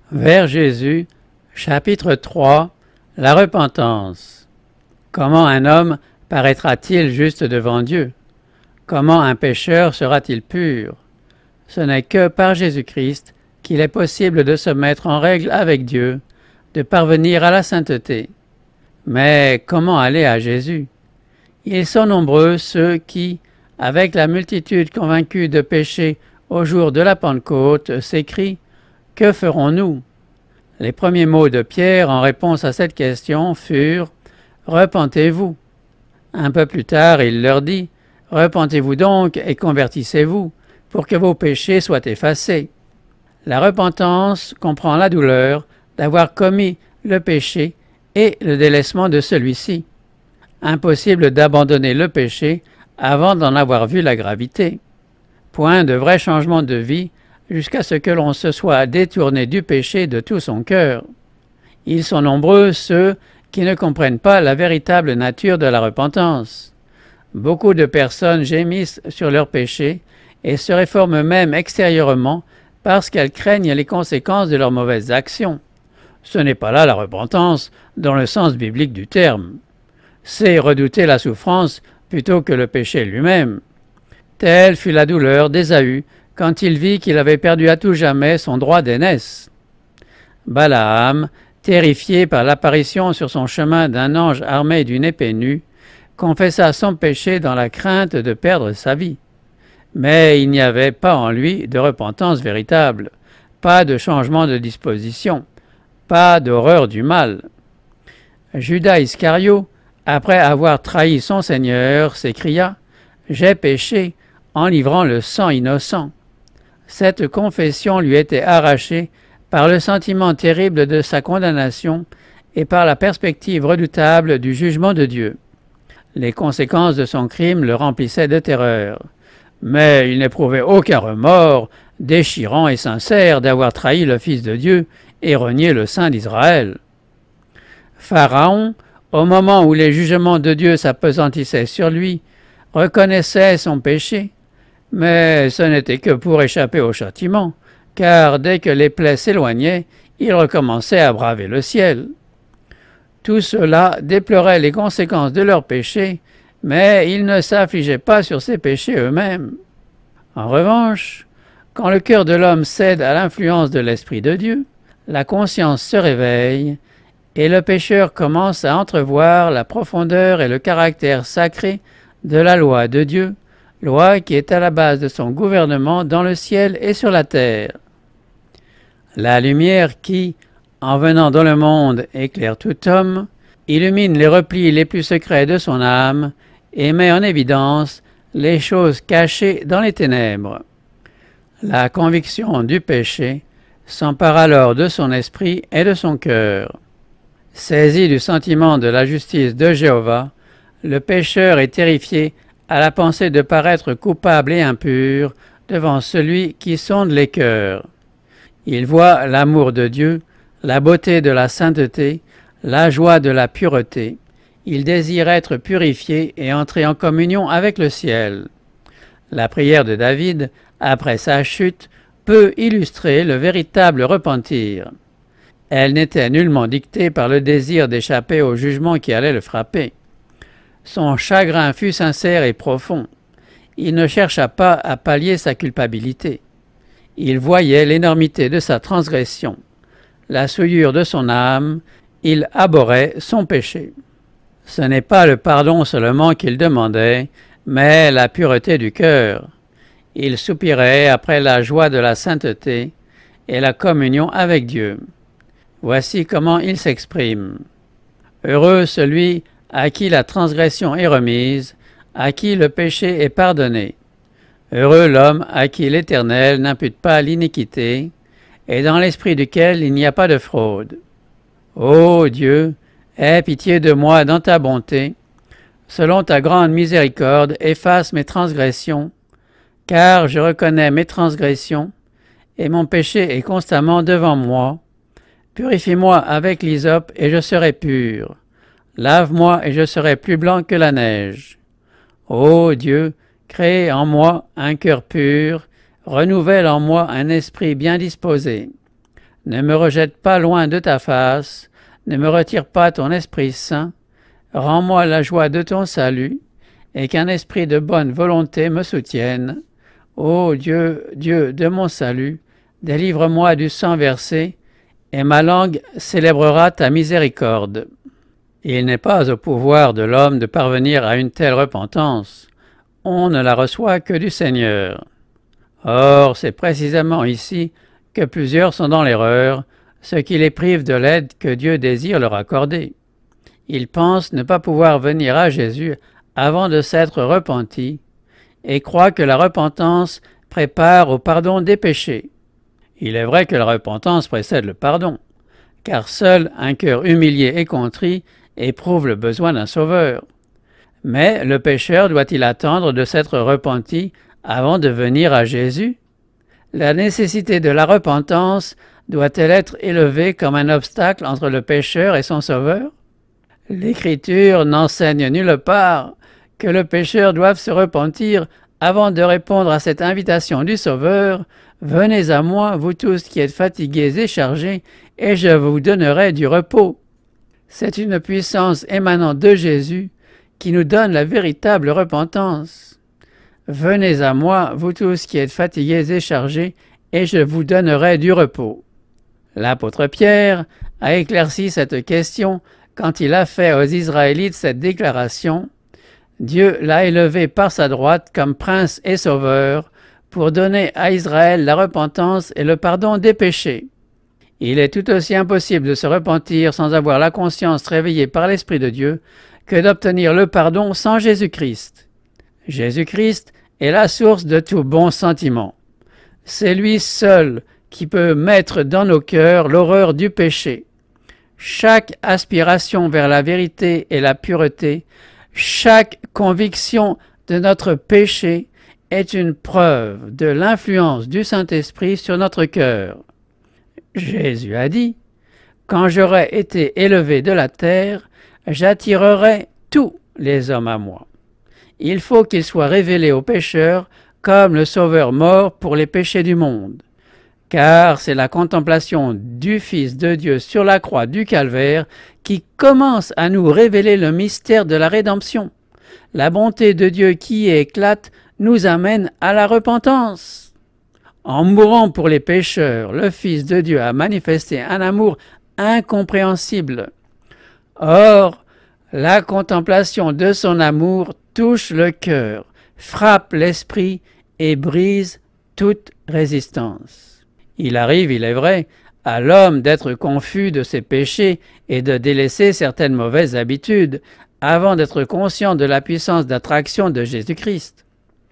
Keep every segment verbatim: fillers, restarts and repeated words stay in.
Vers Jésus, chapitre trois. La repentance. Comment un homme paraîtra-t-il juste devant Dieu? Comment un pécheur sera-t-il pur? Ce n'est que par Jésus-Christ qu'il est possible de se mettre en règle avec Dieu, de parvenir à la sainteté. Mais comment aller à Jésus? Ils sont nombreux ceux qui, avec la multitude convaincue de péché au jour de la Pentecôte, s'écrient « Que ferons-nous » Les premiers mots de Pierre en réponse à cette question furent « Repentez-vous ». Un peu plus tard, il leur dit « Repentez-vous donc et convertissez-vous, pour que vos péchés soient effacés ». La repentance comprend la douleur d'avoir commis le péché et le délaissement de celui-ci. Impossible d'abandonner le péché avant d'en avoir vu la gravité. Point de vrai changement de vie jusqu'à ce que l'on se soit détourné du péché de tout son cœur. Ils sont nombreux ceux qui ne comprennent pas la véritable nature de la repentance. Beaucoup de personnes gémissent sur leurs péchés et se réforment même extérieurement parce qu'elles craignent les conséquences de leurs mauvaises actions. Ce n'est pas là la repentance dans le sens biblique du terme. C'est redouter la souffrance plutôt que le péché lui-même. Telle fut la douleur d'Ésaü quand il vit qu'il avait perdu à tout jamais son droit d'aînesse. Balaam, terrifié par l'apparition sur son chemin d'un ange armé d'une épée nue, confessa son péché dans la crainte de perdre sa vie. Mais il n'y avait pas en lui de repentance véritable, pas de changement de disposition, pas d'horreur du mal. Judas Iscario, après avoir trahi son Seigneur, s'écria « J'ai péché en livrant le sang innocent ». Cette confession lui était arrachée par le sentiment terrible de sa condamnation et par la perspective redoutable du jugement de Dieu. Les conséquences de son crime le remplissaient de terreur. Mais il n'éprouvait aucun remords, déchirant et sincère, d'avoir trahi le Fils de Dieu et renié le Saint d'Israël. Pharaon, au moment où les jugements de Dieu s'appesantissaient sur lui, reconnaissait son péché. Mais ce n'était que pour échapper au châtiment, car dès que les plaies s'éloignaient, il recommençait à braver le ciel. Tous ceux-là déploraient les conséquences de leurs péchés, mais ils ne s'affligeaient pas sur ces péchés eux-mêmes. En revanche, quand le cœur de l'homme cède à l'influence de l'Esprit de Dieu, la conscience se réveille et le pécheur commence à entrevoir la profondeur et le caractère sacré de la loi de Dieu, loi qui est à la base de son gouvernement dans le ciel et sur la terre. La lumière qui, en venant dans le monde, éclaire tout homme, illumine les replis les plus secrets de son âme et met en évidence les choses cachées dans les ténèbres. La conviction du péché s'empare alors de son esprit et de son cœur. Saisi du sentiment de la justice de Jéhovah, le pécheur est terrifié à la pensée de paraître coupable et impur devant celui qui sonde les cœurs. Il voit l'amour de Dieu, la beauté de la sainteté, la joie de la pureté. Il désire être purifié et entrer en communion avec le ciel. La prière de David, après sa chute, peut illustrer le véritable repentir. Elle n'était nullement dictée par le désir d'échapper au jugement qui allait le frapper. Son chagrin fut sincère et profond. Il ne chercha pas à pallier sa culpabilité. Il voyait l'énormité de sa transgression, la souillure de son âme, il abhorrait son péché. Ce n'est pas le pardon seulement qu'il demandait, mais la pureté du cœur. Il soupirait après la joie de la sainteté et la communion avec Dieu. Voici comment il s'exprime. Heureux celui à qui la transgression est remise, à qui le péché est pardonné. Heureux l'homme à qui l'Éternel n'impute pas l'iniquité, et dans l'esprit duquel il n'y a pas de fraude. Ô Dieu, aie pitié de moi dans ta bonté, selon ta grande miséricorde, efface mes transgressions, car je reconnais mes transgressions, et mon péché est constamment devant moi. Purifie-moi avec l'hysope, et je serai pur. Lave-moi et je serai plus blanc que la neige. Ô Dieu, crée en moi un cœur pur, renouvelle en moi un esprit bien disposé. ne me rejette pas loin de ta face, ne me retire pas ton Esprit Saint, rends-moi la joie de ton salut, et qu'un esprit de bonne volonté me soutienne. Ô Dieu, Dieu de mon salut, délivre-moi du sang versé, et ma langue célébrera ta miséricorde. Il n'est pas au pouvoir de l'homme de parvenir à une telle repentance. On ne la reçoit que du Seigneur. Or, c'est précisément ici que plusieurs sont dans l'erreur, ce qui les prive de l'aide que Dieu désire leur accorder. Ils pensent ne pas pouvoir venir à Jésus avant de s'être repentis, et croient que la repentance prépare au pardon des péchés. Il est vrai que la repentance précède le pardon, car seul un cœur humilié et contrit éprouve le besoin d'un sauveur. Mais le pécheur doit-il attendre de s'être repenti avant de venir à Jésus? La nécessité de la repentance doit-elle être élevée comme un obstacle entre le pécheur et son sauveur? L'Écriture n'enseigne nulle part que le pécheur doive se repentir avant de répondre à cette invitation du Sauveur. « Venez à moi, vous tous qui êtes fatigués et chargés, et je vous donnerai du repos. » C'est une puissance émanant de Jésus qui nous donne la véritable repentance. « Venez à moi, vous tous qui êtes fatigués et chargés, et je vous donnerai du repos. » L'apôtre Pierre a éclairci cette question quand il a fait aux Israélites cette déclaration. Dieu l'a élevé par sa droite comme prince et sauveur pour donner à Israël la repentance et le pardon des péchés. Il est tout aussi impossible de se repentir sans avoir la conscience réveillée par l'Esprit de Dieu que d'obtenir le pardon sans Jésus-Christ. Jésus-Christ est la source de tout bon sentiment. C'est lui seul qui peut mettre dans nos cœurs l'horreur du péché. Chaque aspiration vers la vérité et la pureté, chaque conviction de notre péché est une preuve de l'influence du Saint-Esprit sur notre cœur. Jésus a dit « Quand j'aurai été élevé de la terre, j'attirerai tous les hommes à moi. » Il faut qu'il soit révélé aux pécheurs comme le Sauveur mort pour les péchés du monde. Car c'est la contemplation du Fils de Dieu sur la croix du Calvaire qui commence à nous révéler le mystère de la rédemption. La bonté de Dieu qui y éclate nous amène à la repentance. En mourant pour les pécheurs, le Fils de Dieu a manifesté un amour incompréhensible. Or, la contemplation de son amour touche le cœur, frappe l'esprit et brise toute résistance. Il arrive, il est vrai, à l'homme d'être confus de ses péchés et de délaisser certaines mauvaises habitudes avant d'être conscient de la puissance d'attraction de Jésus-Christ.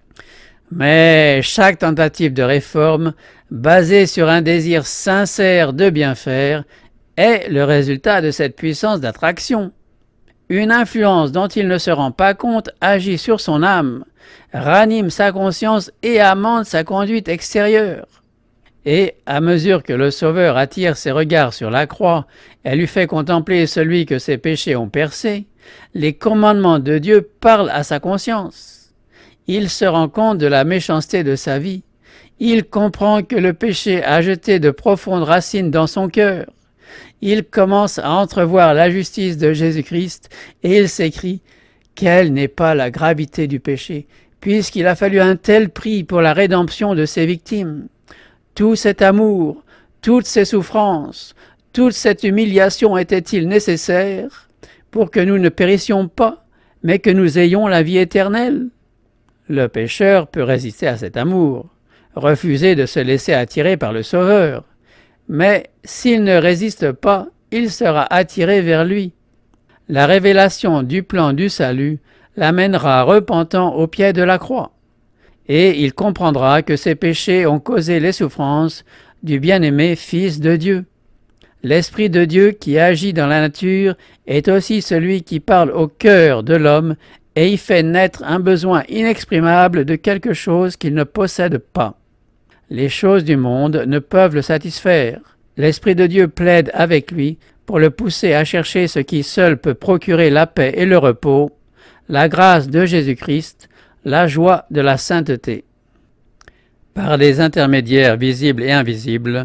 Mais chaque tentative de réforme, basée sur un désir sincère de bien faire, est le résultat de cette puissance d'attraction. Une influence dont il ne se rend pas compte agit sur son âme, ranime sa conscience et amende sa conduite extérieure. Et à mesure que le Sauveur attire ses regards sur la croix et lui fait contempler celui que ses péchés ont percé, les commandements de Dieu parlent à sa conscience. Il se rend compte de la méchanceté de sa vie. Il comprend que le péché a jeté de profondes racines dans son cœur. Il commence à entrevoir la justice de Jésus-Christ et il s'écrie « Quelle n'est pas la gravité du péché, puisqu'il a fallu un tel prix pour la rédemption de ses victimes. Tout cet amour, toutes ces souffrances, toute cette humiliation était-il nécessaire pour que nous ne périssions pas, mais que nous ayons la vie éternelle ?» Le pécheur peut résister à cet amour, refuser de se laisser attirer par le Sauveur. Mais s'il ne résiste pas, il sera attiré vers lui. La révélation du plan du salut l'amènera repentant au pied de la croix. Et il comprendra que ses péchés ont causé les souffrances du bien-aimé Fils de Dieu. L'Esprit de Dieu qui agit dans la nature est aussi celui qui parle au cœur de l'homme et y fait naître un besoin inexprimable de quelque chose qu'il ne possède pas. Les choses du monde ne peuvent le satisfaire. L'Esprit de Dieu plaide avec lui pour le pousser à chercher ce qui seul peut procurer la paix et le repos, la grâce de Jésus-Christ, la joie de la sainteté. Par des intermédiaires visibles et invisibles,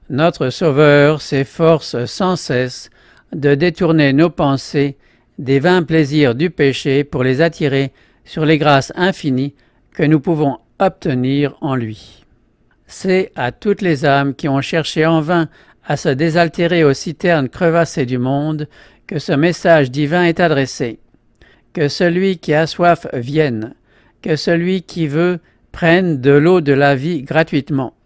Notre Sauveur s'efforce sans cesse de détourner nos pensées des vains plaisirs du péché pour les attirer sur les grâces infinies que nous pouvons obtenir en lui. C'est à toutes les âmes qui ont cherché en vain à se désaltérer aux citernes crevassées du monde que ce message divin est adressé. Que celui qui a soif vienne, que celui qui veut prenne de l'eau de la vie gratuitement.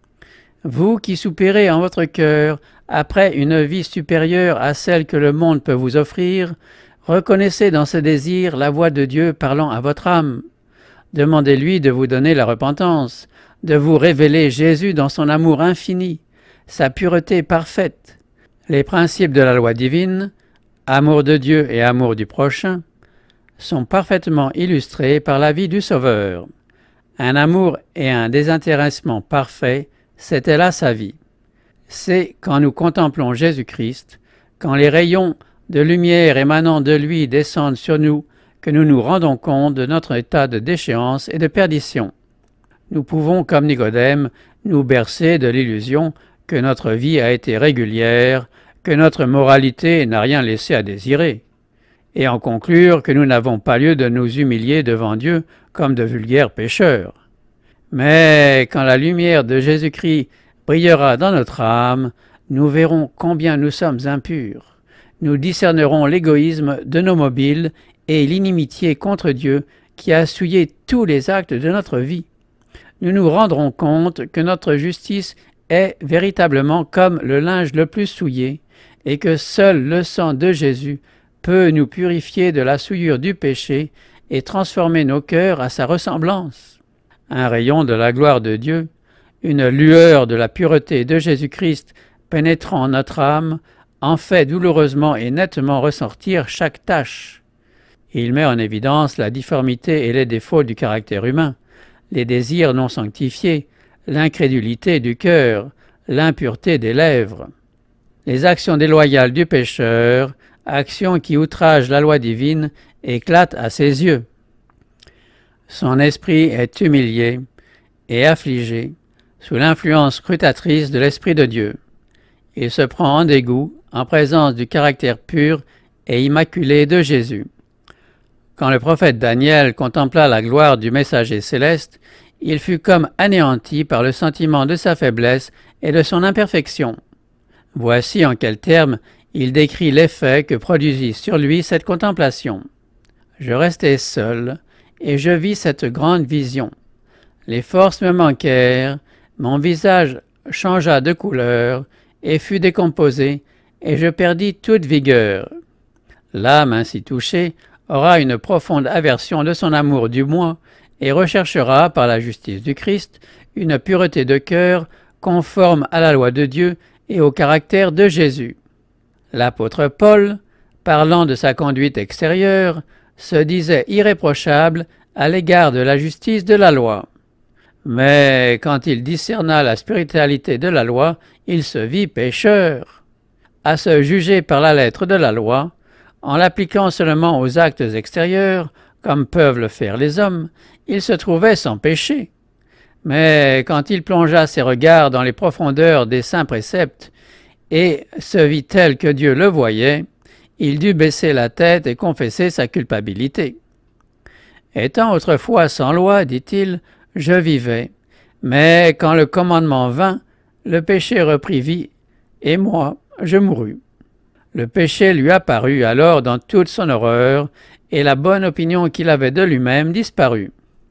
Vous qui soupirez en votre cœur après une vie supérieure à celle que le monde peut vous offrir, reconnaissez dans ce désir la voix de Dieu parlant à votre âme. Demandez-lui de vous donner la repentance, de vous révéler Jésus dans son amour infini, sa pureté parfaite. Les principes de la loi divine, amour de Dieu et amour du prochain, sont parfaitement illustrés par la vie du Sauveur. Un amour et un désintéressement parfait, c'était là sa vie. C'est quand nous contemplons Jésus-Christ, quand les rayons de lumière émanant de lui descendent sur nous, que nous nous rendons compte de notre état de déchéance et de perdition. Nous pouvons, comme Nicodème, nous bercer de l'illusion que notre vie a été régulière, que notre moralité n'a rien laissé à désirer, et en conclure que nous n'avons pas lieu de nous humilier devant Dieu comme de vulgaires pécheurs. Mais quand la lumière de Jésus-Christ brillera dans notre âme, nous verrons combien nous sommes impurs. Nous discernerons l'égoïsme de nos mobiles et l'inimitié contre Dieu qui a souillé tous les actes de notre vie. Nous nous rendrons compte que notre justice est véritablement comme le linge le plus souillé et que seul le sang de Jésus peut nous purifier de la souillure du péché et transformer nos cœurs à sa ressemblance. Un rayon de la gloire de Dieu, une lueur de la pureté de Jésus-Christ pénétrant notre âme, en fait douloureusement et nettement ressortir chaque tache. Il met en évidence la difformité et les défauts du caractère humain, les désirs non sanctifiés, l'incrédulité du cœur, l'impureté des lèvres. Les actions déloyales du pécheur, actions qui outragent la loi divine, éclatent à ses yeux. Son esprit est humilié et affligé sous l'influence scrutatrice de l'Esprit de Dieu. Il se prend en dégoût en présence du caractère pur et immaculé de Jésus. Quand le prophète Daniel contempla la gloire du messager céleste, il fut comme anéanti par le sentiment de sa faiblesse et de son imperfection. Voici en quels termes il décrit l'effet que produisit sur lui cette contemplation. Je restai seul, et je vis cette grande vision. Les forces me manquèrent, mon visage changea de couleur, et fut décomposé, et je perdis toute vigueur. L'âme ainsi touchée aura une profonde aversion de son amour du moi, et recherchera, par la justice du Christ, une pureté de cœur conforme à la loi de Dieu et au caractère de Jésus. L'apôtre Paul, parlant de sa conduite extérieure, se disait irréprochable à l'égard de la justice de la loi. Mais quand il discerna la spiritualité de la loi, il se vit pécheur. À se juger par la lettre de la loi, en l'appliquant seulement aux actes extérieurs, comme peuvent le faire les hommes, il se trouvait sans péché. Mais quand il plongea ses regards dans les profondeurs des saints préceptes, et se vit tel que Dieu le voyait, il dut baisser la tête et confesser sa culpabilité. Étant autrefois sans loi, dit-il, je vivais, mais quand le commandement vint, le péché reprit vie, et moi, je mourus. Le péché lui apparut alors dans toute son horreur, et la bonne opinion qu'il avait de lui-même disparut.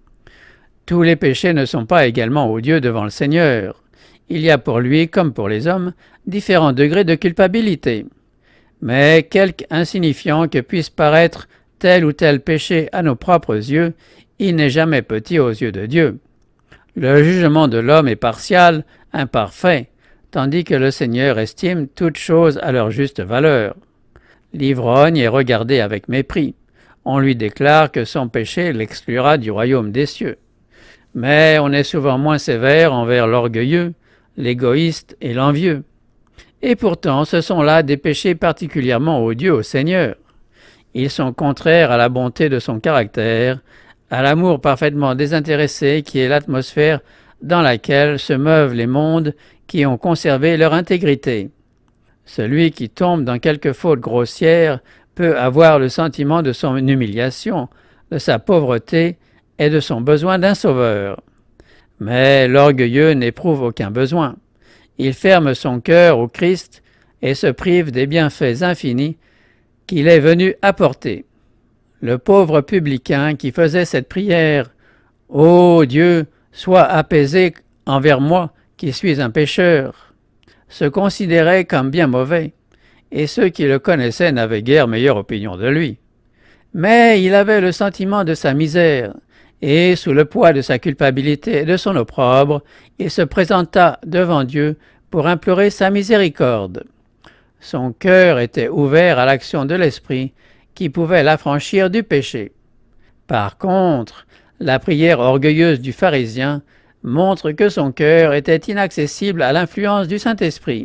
Tous les péchés ne sont pas également odieux devant le Seigneur. Il y a pour lui, comme pour les hommes, différents degrés de culpabilité. Mais quelque insignifiant que puisse paraître tel ou tel péché à nos propres yeux, il n'est jamais petit aux yeux de Dieu. Le jugement de l'homme est partial, imparfait, tandis que le Seigneur estime toutes choses à leur juste valeur. L'ivrogne est regardé avec mépris. On lui déclare que son péché l'exclura du royaume des cieux. Mais on est souvent moins sévère envers l'orgueilleux, l'égoïste et l'envieux. Et pourtant, ce sont là des péchés particulièrement odieux au Seigneur. Ils sont contraires à la bonté de son caractère, à l'amour parfaitement désintéressé qui est l'atmosphère dans laquelle se meuvent les mondes qui ont conservé leur intégrité. Celui qui tombe dans quelque faute grossière peut avoir le sentiment de son humiliation, de sa pauvreté et de son besoin d'un sauveur. Mais l'orgueilleux n'éprouve aucun besoin. Il ferme son cœur au Christ et se prive des bienfaits infinis qu'il est venu apporter. Le pauvre publicain qui faisait cette prière « Ô Dieu, sois apaisé envers moi qui suis un pécheur », se considérait comme bien mauvais, et ceux qui le connaissaient n'avaient guère meilleure opinion de lui. Mais il avait le sentiment de sa misère, et sous le poids de sa culpabilité et de son opprobre, il se présenta devant Dieu pour implorer sa miséricorde. Son cœur était ouvert à l'action de l'Esprit qui pouvait l'affranchir du péché. Par contre, la prière orgueilleuse du pharisien montre que son cœur était inaccessible à l'influence du Saint-Esprit.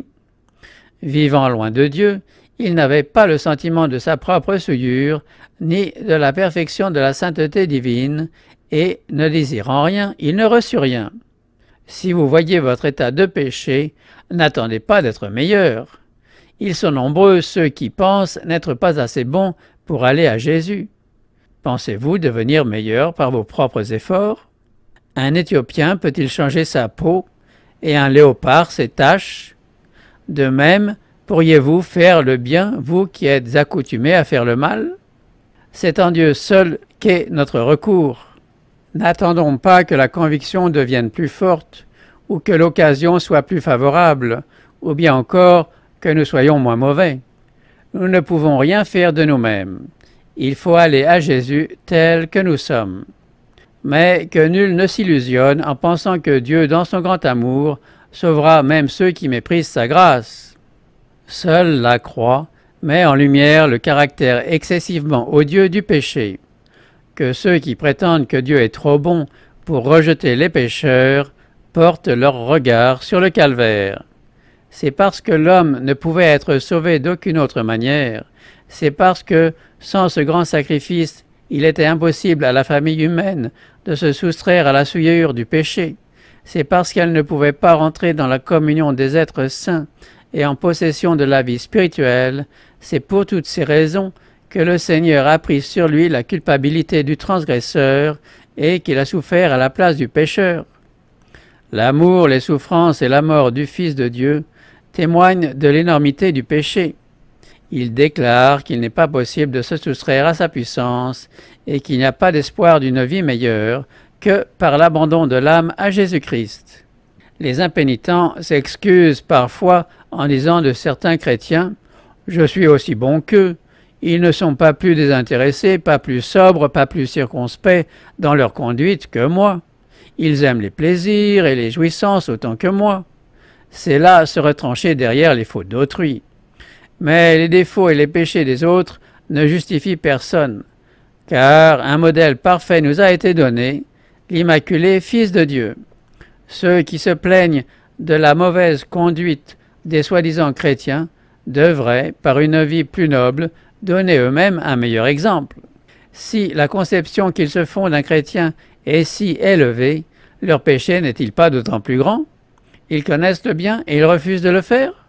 Vivant loin de Dieu, il n'avait pas le sentiment de sa propre souillure, ni de la perfection de la sainteté divine, et, ne désirant rien, il ne reçut rien. Si vous voyez votre état de péché, n'attendez pas d'être meilleur. Ils sont nombreux ceux qui pensent n'être pas assez bons pour aller à Jésus. Pensez-vous devenir meilleur par vos propres efforts? Un Éthiopien peut-il changer sa peau et un léopard ses taches? De même, pourriez-vous faire le bien, vous qui êtes accoutumés à faire le mal? C'est en Dieu seul qu'est notre recours. N'attendons pas que la conviction devienne plus forte, ou que l'occasion soit plus favorable, ou bien encore que nous soyons moins mauvais. Nous ne pouvons rien faire de nous-mêmes. Il faut aller à Jésus tel que nous sommes. Mais que nul ne s'illusionne en pensant que Dieu, dans son grand amour, sauvera même ceux qui méprisent sa grâce. Seule la croix met en lumière le caractère excessivement odieux du péché. Que ceux qui prétendent que Dieu est trop bon pour rejeter les pécheurs portent leur regard sur le calvaire. C'est parce que l'homme ne pouvait être sauvé d'aucune autre manière, c'est parce que, sans ce grand sacrifice, il était impossible à la famille humaine de se soustraire à la souillure du péché. C'est parce qu'elle ne pouvait pas rentrer dans la communion des êtres saints et en possession de la vie spirituelle, c'est pour toutes ces raisons que le Seigneur a pris sur lui la culpabilité du transgresseur et qu'il a souffert à la place du pécheur. L'amour, les souffrances et la mort du Fils de Dieu témoignent de l'énormité du péché. Il déclare qu'il n'est pas possible de se soustraire à sa puissance et qu'il n'y a pas d'espoir d'une vie meilleure que par l'abandon de l'âme à Jésus-Christ. Les impénitents s'excusent parfois en disant de certains chrétiens « Je suis aussi bon qu'eux ». Ils ne sont pas plus désintéressés, pas plus sobres, pas plus circonspects dans leur conduite que moi. Ils aiment les plaisirs et les jouissances autant que moi. C'est là se retrancher derrière les fautes d'autrui. Mais les défauts et les péchés des autres ne justifient personne, car un modèle parfait nous a été donné, l'Immaculé Fils de Dieu. Ceux qui se plaignent de la mauvaise conduite des soi-disant chrétiens devraient, par une vie plus noble, donner eux-mêmes un meilleur exemple. Si la conception qu'ils se font d'un chrétien est si élevée, leur péché n'est-il pas d'autant plus grand? Ils connaissent le bien et ils refusent de le faire?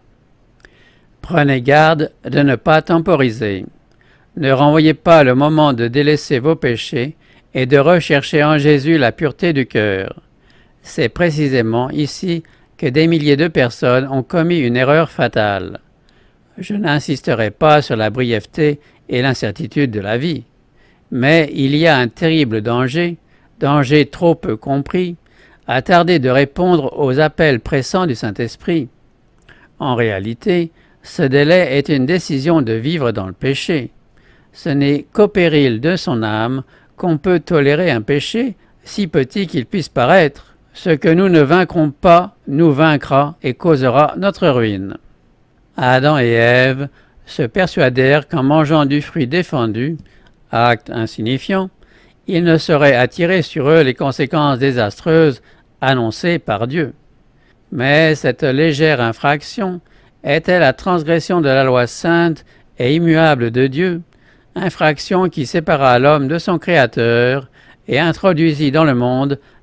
Prenez garde de ne pas temporiser. Ne renvoyez pas le moment de délaisser vos péchés et de rechercher en Jésus la pureté du cœur. C'est précisément ici que des milliers de personnes ont commis une erreur fatale. Je n'insisterai pas sur la brièveté et l'incertitude de la vie, mais il y a un terrible danger, danger trop peu compris, à tarder de répondre aux appels pressants du Saint-Esprit. En réalité, ce délai est une décision de vivre dans le péché. Ce n'est qu'au péril de son âme qu'on peut tolérer un péché, si petit qu'il puisse paraître. Ce que nous ne vaincrons pas nous vaincra et causera notre ruine. Adam et Ève se persuadèrent qu'en mangeant du fruit défendu, acte insignifiant, ils ne seraient attirés sur eux les conséquences désastreuses annoncées par Dieu. Mais cette légère infraction était la transgression de la loi sainte et immuable de Dieu, infraction qui sépara l'homme de son Créateur et introduisit dans le monde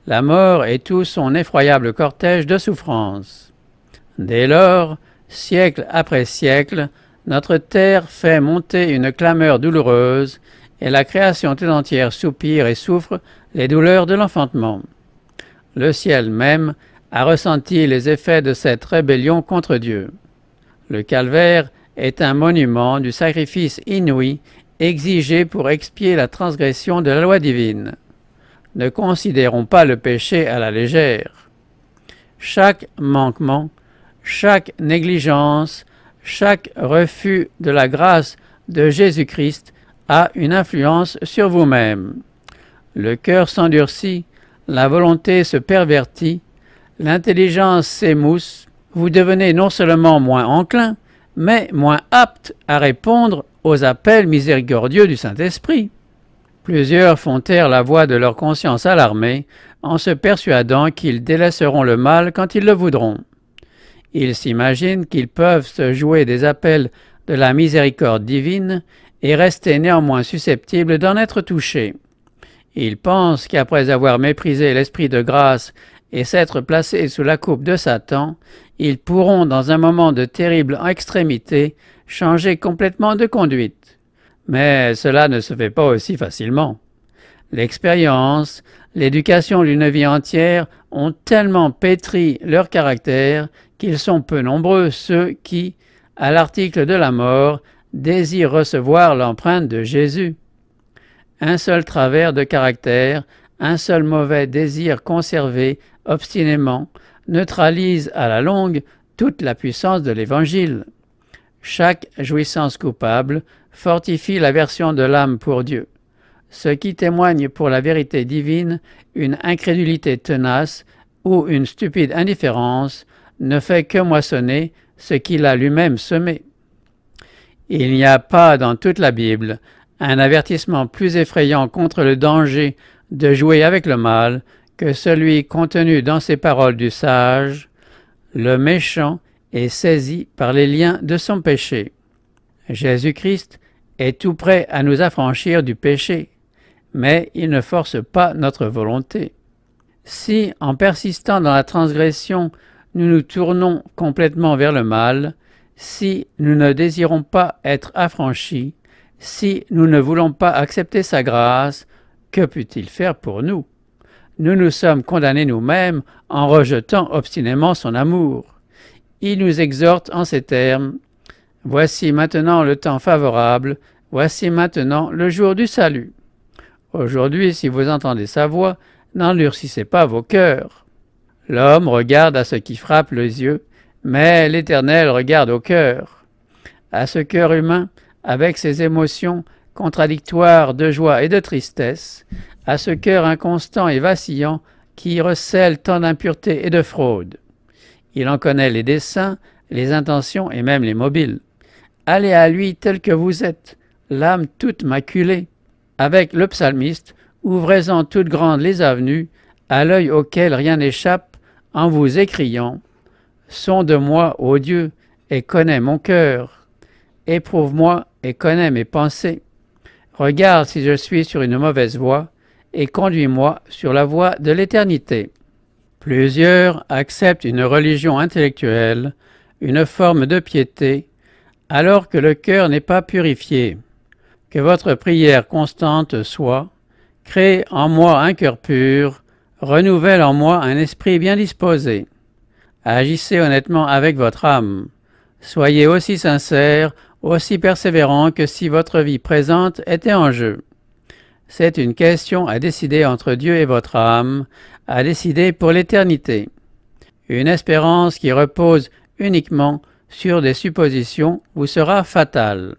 la mort et tout son effroyable cortège de souffrances. Dès lors, siècle après siècle, notre terre fait monter une clameur douloureuse, et la création tout entière soupire et souffre les douleurs de l'enfantement. Le ciel même a ressenti les effets de cette rébellion contre Dieu. Le calvaire est un monument du sacrifice inouï exigé pour expier la transgression de la loi divine. Ne considérons pas le péché à la légère. Chaque manquement, chaque négligence, chaque refus de la grâce de Jésus-Christ a une influence sur vous-même. Le cœur s'endurcit, la volonté se pervertit, l'intelligence s'émousse, vous devenez non seulement moins enclin, mais moins apte à répondre aux appels miséricordieux du Saint-Esprit. Plusieurs font taire la voix de leur conscience alarmée en se persuadant qu'ils délaisseront le mal quand ils le voudront. Ils s'imaginent qu'ils peuvent se jouer des appels de la miséricorde divine et rester néanmoins susceptibles d'en être touchés. Ils pensent qu'après avoir méprisé l'esprit de grâce et s'être placés sous la coupe de Satan, ils pourront, dans un moment de terrible extrémité, changer complètement de conduite. Mais cela ne se fait pas aussi facilement. L'expérience, l'éducation d'une vie entière ont tellement pétri leur caractère qu'ils sont peu nombreux ceux qui, à l'article de la mort, désirent recevoir l'empreinte de Jésus. Un seul travers de caractère, un seul mauvais désir conservé obstinément, neutralise à la longue toute la puissance de l'Évangile. Chaque jouissance coupable fortifie l'aversion de l'âme pour Dieu, ce qui témoigne pour la vérité divine une incrédulité tenace ou une stupide indifférence ne fait que moissonner ce qu'il a lui-même semé. Il n'y a pas dans toute la Bible un avertissement plus effrayant contre le danger de jouer avec le mal que celui contenu dans ces paroles du sage « Le méchant est saisi par les liens de son péché ». Jésus-Christ est tout prêt à nous affranchir du péché, mais il ne force pas notre volonté. Si, en persistant dans la transgression, nous nous tournons complètement vers le mal, si nous ne désirons pas être affranchis, si nous ne voulons pas accepter sa grâce, que peut-il faire pour nous? Nous nous sommes condamnés nous-mêmes en rejetant obstinément son amour. Il nous exhorte en ces termes « Voici maintenant le temps favorable, voici maintenant le jour du salut. Aujourd'hui, si vous entendez sa voix, n'endurcissez pas vos cœurs. » L'homme regarde à ce qui frappe les yeux, mais l'Éternel regarde au cœur. À ce cœur humain, avec ses émotions contradictoires de joie et de tristesse, à ce cœur inconstant et vacillant qui recèle tant d'impureté et de fraude. Il en connaît les desseins, les intentions et même les mobiles. Allez à lui tel que vous êtes, l'âme toute maculée. Avec le psalmiste, ouvrez-en toutes grandes les avenues, à l'œil auquel rien n'échappe, en vous écriant « Sonde-moi, ô Dieu, et connais mon cœur. Éprouve-moi et connais mes pensées. Regarde si je suis sur une mauvaise voie, et conduis-moi sur la voie de l'éternité. » Plusieurs acceptent une religion intellectuelle, une forme de piété, alors que le cœur n'est pas purifié. Que votre prière constante soit « Crée en moi un cœur pur, renouvelle en moi un esprit bien disposé. » Agissez honnêtement avec votre âme. Soyez aussi sincère, aussi persévérant que si votre vie présente était en jeu. C'est une question à décider entre Dieu et votre âme, à décider pour l'éternité. Une espérance qui repose uniquement sur des suppositions vous sera fatale.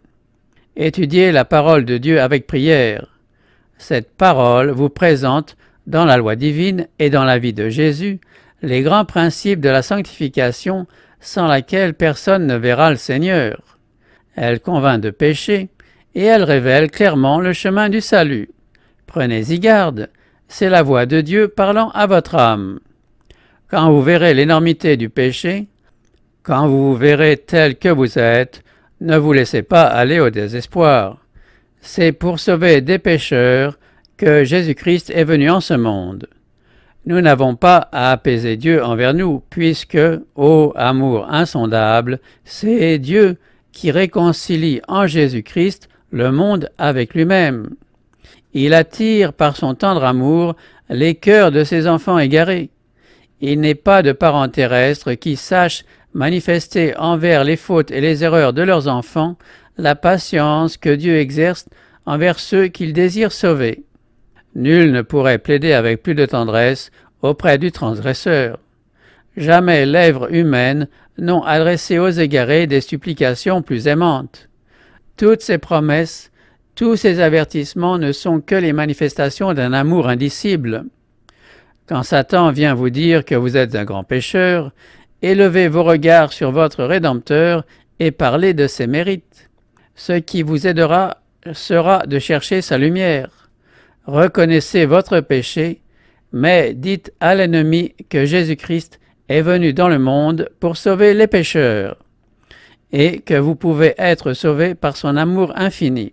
Étudiez la parole de Dieu avec prière. Cette parole vous présente, dans la loi divine et dans la vie de Jésus, les grands principes de la sanctification sans laquelle personne ne verra le Seigneur. Elle convainc de péché et elle révèle clairement le chemin du salut. Prenez-y garde, c'est la voix de Dieu parlant à votre âme. Quand vous verrez l'énormité du péché, quand vous vous verrez tel que vous êtes, ne vous laissez pas aller au désespoir. C'est pour sauver des pécheurs que Jésus-Christ est venu en ce monde. Nous n'avons pas à apaiser Dieu envers nous, puisque, ô amour insondable, c'est Dieu qui réconcilie en Jésus-Christ le monde avec lui-même. Il attire par son tendre amour les cœurs de ses enfants égarés. Il n'est pas de parents terrestres qui sachent manifester envers les fautes et les erreurs de leurs enfants la patience que Dieu exerce envers ceux qu'il désire sauver. Nul ne pourrait plaider avec plus de tendresse auprès du transgresseur. Jamais lèvres humaines n'ont adressé aux égarés des supplications plus aimantes. Toutes ces promesses, tous ces avertissements ne sont que les manifestations d'un amour indicible. Quand Satan vient vous dire que vous êtes un grand pécheur, élevez vos regards sur votre Rédempteur et parlez de ses mérites. Ce qui vous aidera sera de chercher sa lumière. Reconnaissez votre péché, mais dites à l'ennemi que Jésus-Christ est venu dans le monde pour sauver les pécheurs, et que vous pouvez être sauvés par son amour infini.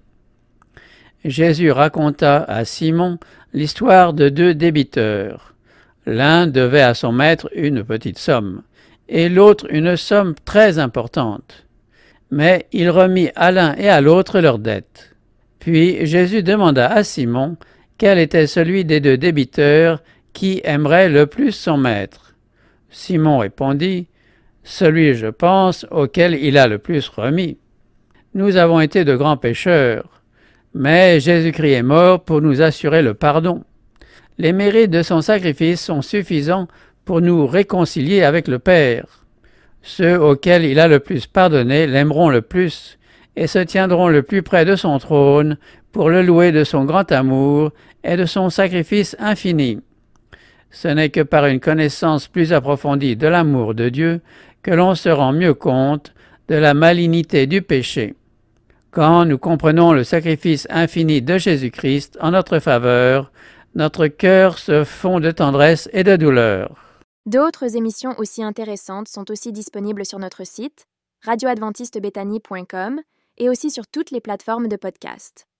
Jésus raconta à Simon l'histoire de deux débiteurs. L'un devait à son maître une petite somme, et l'autre une somme très importante. Mais il remit à l'un et à l'autre leurs dettes. Puis Jésus demanda à Simon quel était celui des deux débiteurs qui aimerait le plus son maître. Simon répondit, « Celui, je pense, auquel il a le plus remis. » Nous avons été de grands pécheurs, mais Jésus-Christ est mort pour nous assurer le pardon. Les mérites de son sacrifice sont suffisants pour nous réconcilier avec le Père. Ceux auxquels il a le plus pardonné l'aimeront le plus et se tiendront le plus près de son trône pour le louer de son grand amour et de son sacrifice infini. Ce n'est que par une connaissance plus approfondie de l'amour de Dieu que l'on se rend mieux compte de la malignité du péché. Quand nous comprenons le sacrifice infini de Jésus-Christ en notre faveur, notre cœur se fond de tendresse et de douleur. D'autres émissions aussi intéressantes sont aussi disponibles sur notre site radio adventiste bethany point com et aussi sur toutes les plateformes de podcast.